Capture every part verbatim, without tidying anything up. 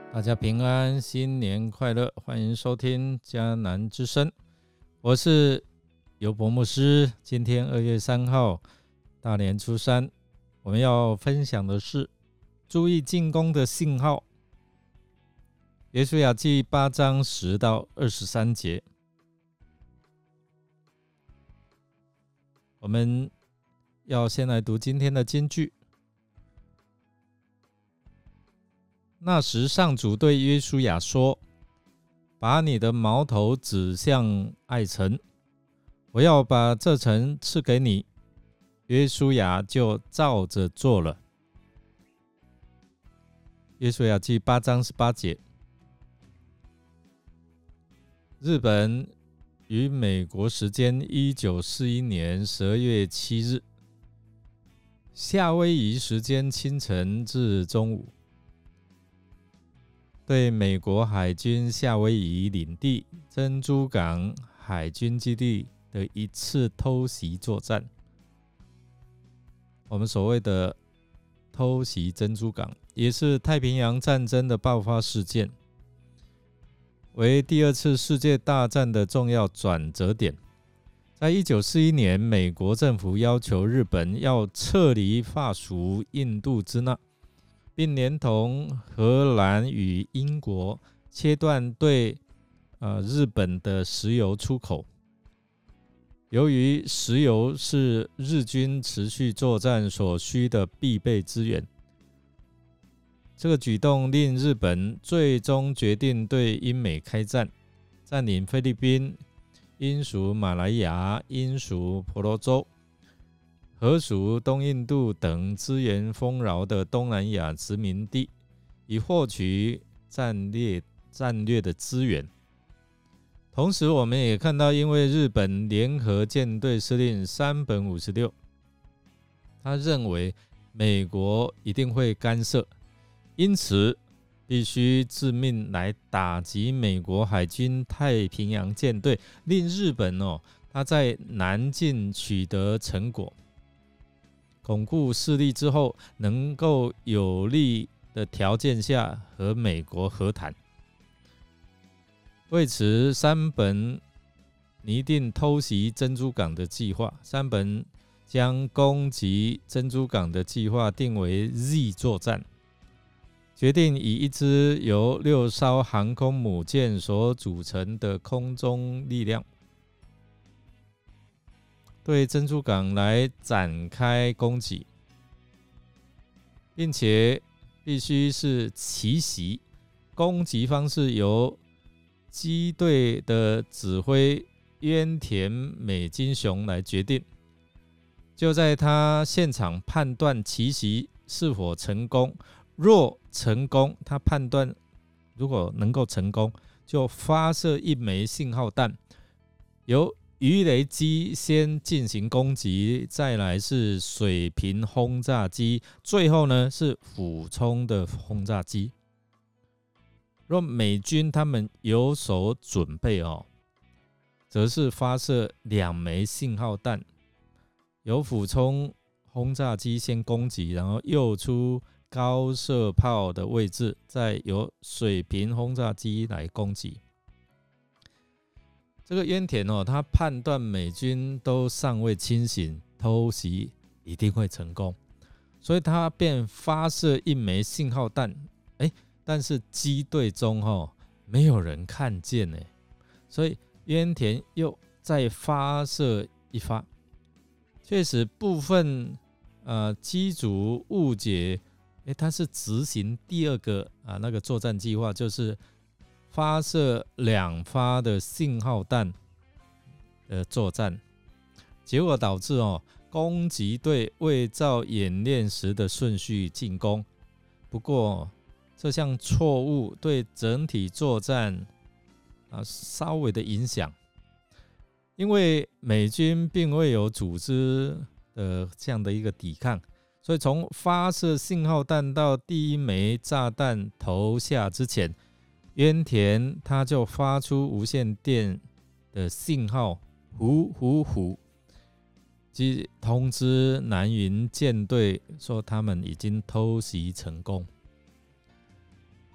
大家平安，新年快乐！欢迎收听迦南之声，我是尤伯牧师。今天二月三号，大年初三，我们要分享的是注意进攻的信号。约书亚记八章十到二十三节，我们要先来读今天的金句。那时上主对约书亚说，把你的矛头指向爱城，我要把这城赐给你。约书亚就照着做了。约书亚记八章十八节。日本于美国时间一九四一年十二月七日，夏威夷时间清晨至中午，对美国海军夏威夷领地珍珠港海军基地的一次偷袭作战。我们所谓的偷袭珍珠港，也是太平洋战争的爆发事件，为第二次世界大战的重要转折点。在一九四一年，美国政府要求日本要撤离法属印度支那，并连同荷兰与英国切断对、呃、日本的石油出口。由于石油是日军持续作战所需的必备资源，这个举动令日本最终决定对英美开战，占领菲律宾、英属马来亚、英属婆罗洲、荷属东印度等资源丰饶的东南亚殖民地，以获取战略战略的资源。同时，我们也看到，因为日本联合舰队司令山本五十六，他认为美国一定会干涉，因此必须致命来打击美国海军太平洋舰队，令日本哦，他在南进取得成果，巩固势力之后，能够有利的条件下和美国和谈。为此，山本拟定偷袭珍珠港的计划。山本将攻击珍珠港的计划定为 Z 作战，决定以一支由六艘航空母舰所组成的空中力量，对珍珠港来展开攻击，并且必须是奇袭，攻击方式由机队的指挥渊田美津雄来决定。就在他现场判断奇袭是否成功，若成功，他判断如果能够成功，就发射一枚信号弹，由鱼雷机先进行攻击，再来是水平轰炸机，最后呢是俯冲的轰炸机。若美军他们有所准备哦，则是发射两枚信号弹，由俯冲轰炸机先攻击，然后诱出高射炮的位置，再由水平轰炸机来攻击。这个渊田哦，他判断美军都尚未清醒，偷袭一定会成功，所以他便发射一枚信号弹。哎。但是机队中、哦、没有人看见，所以渊田又再发射一发。确实部分、呃、机组误解，他是执行第二个、啊、那个作战计划，就是发射两发的信号弹的作战，结果导致、哦、攻击队未照演练时的顺序进攻。不过这项错误对整体作战、啊、稍微的影响，因为美军并未有组织的这样的一个抵抗，所以从发射信号弹到第一枚炸弹投下之前，渊田他就发出无线电的信号，呼呼呼，即通知南云舰队说他们已经偷袭成功。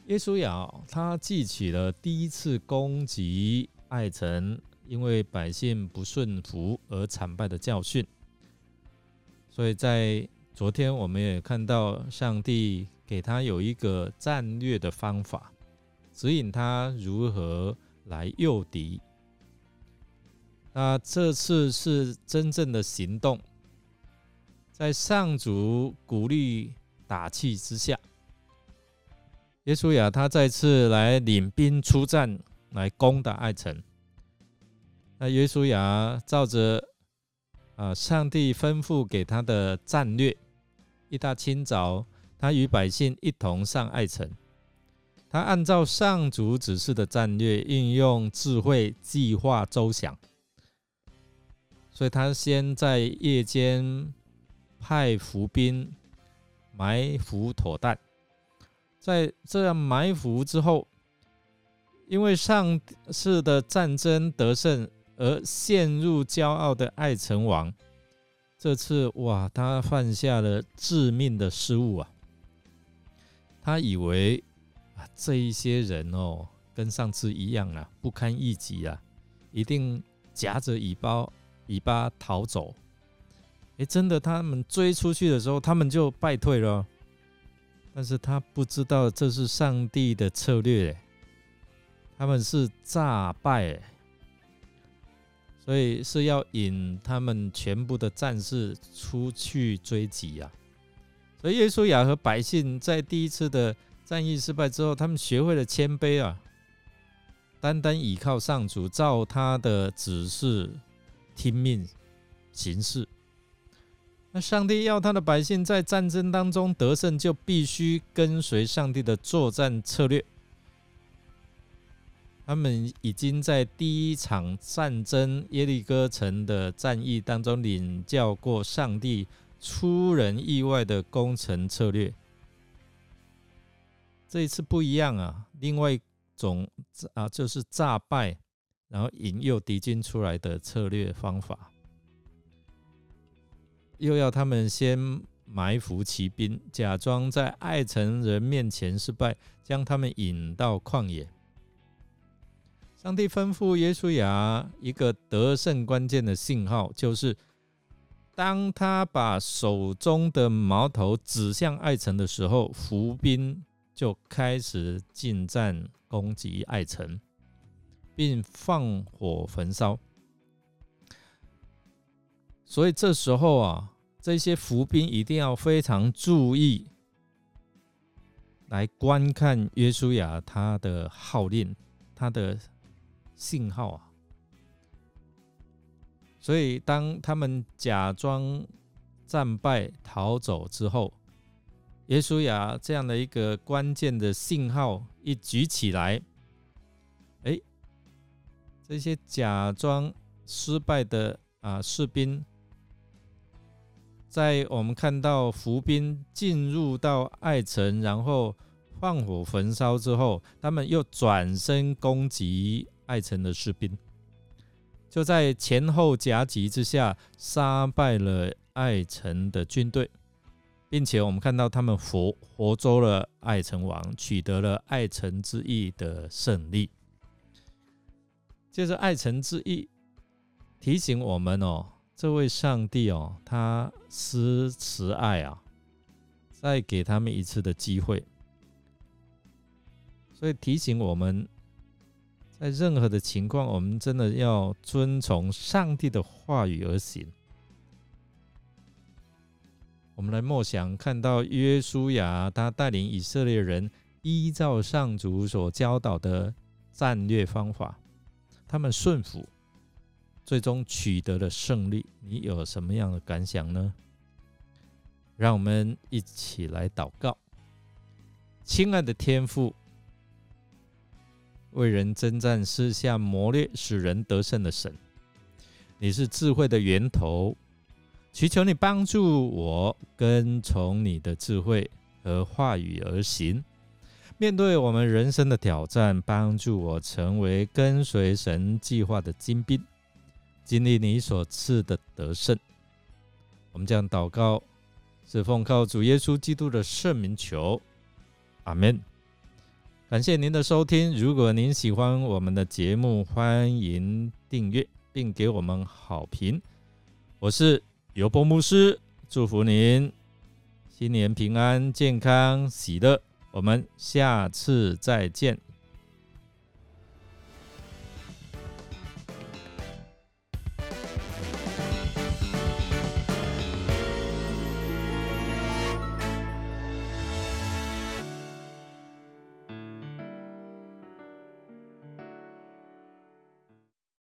耶稣亚他记起了第一次攻击爱城，因为百姓不顺服而惨败的教训，所以在昨天我们也看到上帝给他有一个战略的方法，指引他如何来诱敌。那这次是真正的行动，在上主鼓励打气之下，耶稣亚他再次来领兵出战，来攻打爱城。那耶稣亚照着、呃、上帝吩咐给他的战略，一大清早，他与百姓一同上爱城。他按照上主指示的战略，运用智慧计划周详。所以他先在夜间派伏兵埋伏妥当，在这样埋伏之后，因为上次的战争得胜而陷入骄傲的爱城王，这次哇，他犯下了致命的失误啊！他以为、啊、这一些人哦，跟上次一样啊，不堪一击啊，一定夹着尾巴尾巴逃走。诶，真的，他们追出去的时候，他们就败退了。但是他不知道这是上帝的策略，他们是诈败，所以是要引他们全部的战士出去追击啊。所以耶稣亚和百姓在第一次的战役失败之后，他们学会了谦卑啊，单单倚靠上主，照他的指示听命行事。那上帝要他的百姓在战争当中得胜，就必须跟随上帝的作战策略。他们已经在第一场战争耶利哥城的战役当中领教过上帝出人意外的攻城策略。这一次不一样啊，另外一种、啊、就是诈败，然后引诱敌军出来的策略方法。又要他们先埋伏骑兵，假装在爱城人面前失败，将他们引到旷野。上帝吩咐耶稣亚一个得胜关键的信号，就是当他把手中的矛头指向爱城的时候，伏兵就开始进战攻击爱城，并放火焚烧。所以这时候啊，这些伏兵一定要非常注意，来观看约书亚他的号令，他的信号啊。所以当他们假装战败逃走之后，约书亚这样的一个关键的信号一举起来，哎，这些假装失败的啊士兵，在我们看到伏兵进入到爱城，然后放火焚烧之后，他们又转身攻击爱城的士兵，就在前后夹击之下杀败了爱城的军队，并且我们看到他们 活, 活捉了爱城王，取得了爱城之役的胜利。接着爱城之役提醒我们哦，这位上帝哦，他施慈爱啊，再给他们一次的机会，所以提醒我们，在任何的情况，我们真的要遵从上帝的话语而行。我们来默想，看到约书亚他带领以色列人依照上主所教导的战略方法，他们顺服，最终取得了胜利。你有什么样的感想呢？让我们一起来祷告。亲爱的天父，为人征战，施下谋略，使人得胜的神，你是智慧的源头，祈求你帮助我跟从你的智慧和话语而行，面对我们人生的挑战，帮助我成为跟随神计划的精兵，经历你所赐的得胜。我们这样祷告，是奉靠主耶稣基督的圣名求，阿们。 感谢您的收听，如果您喜欢我们的节目，欢迎订阅并给我们好评。我是尤波牧师，祝福您新年平安、健康、喜乐。我们下次再见。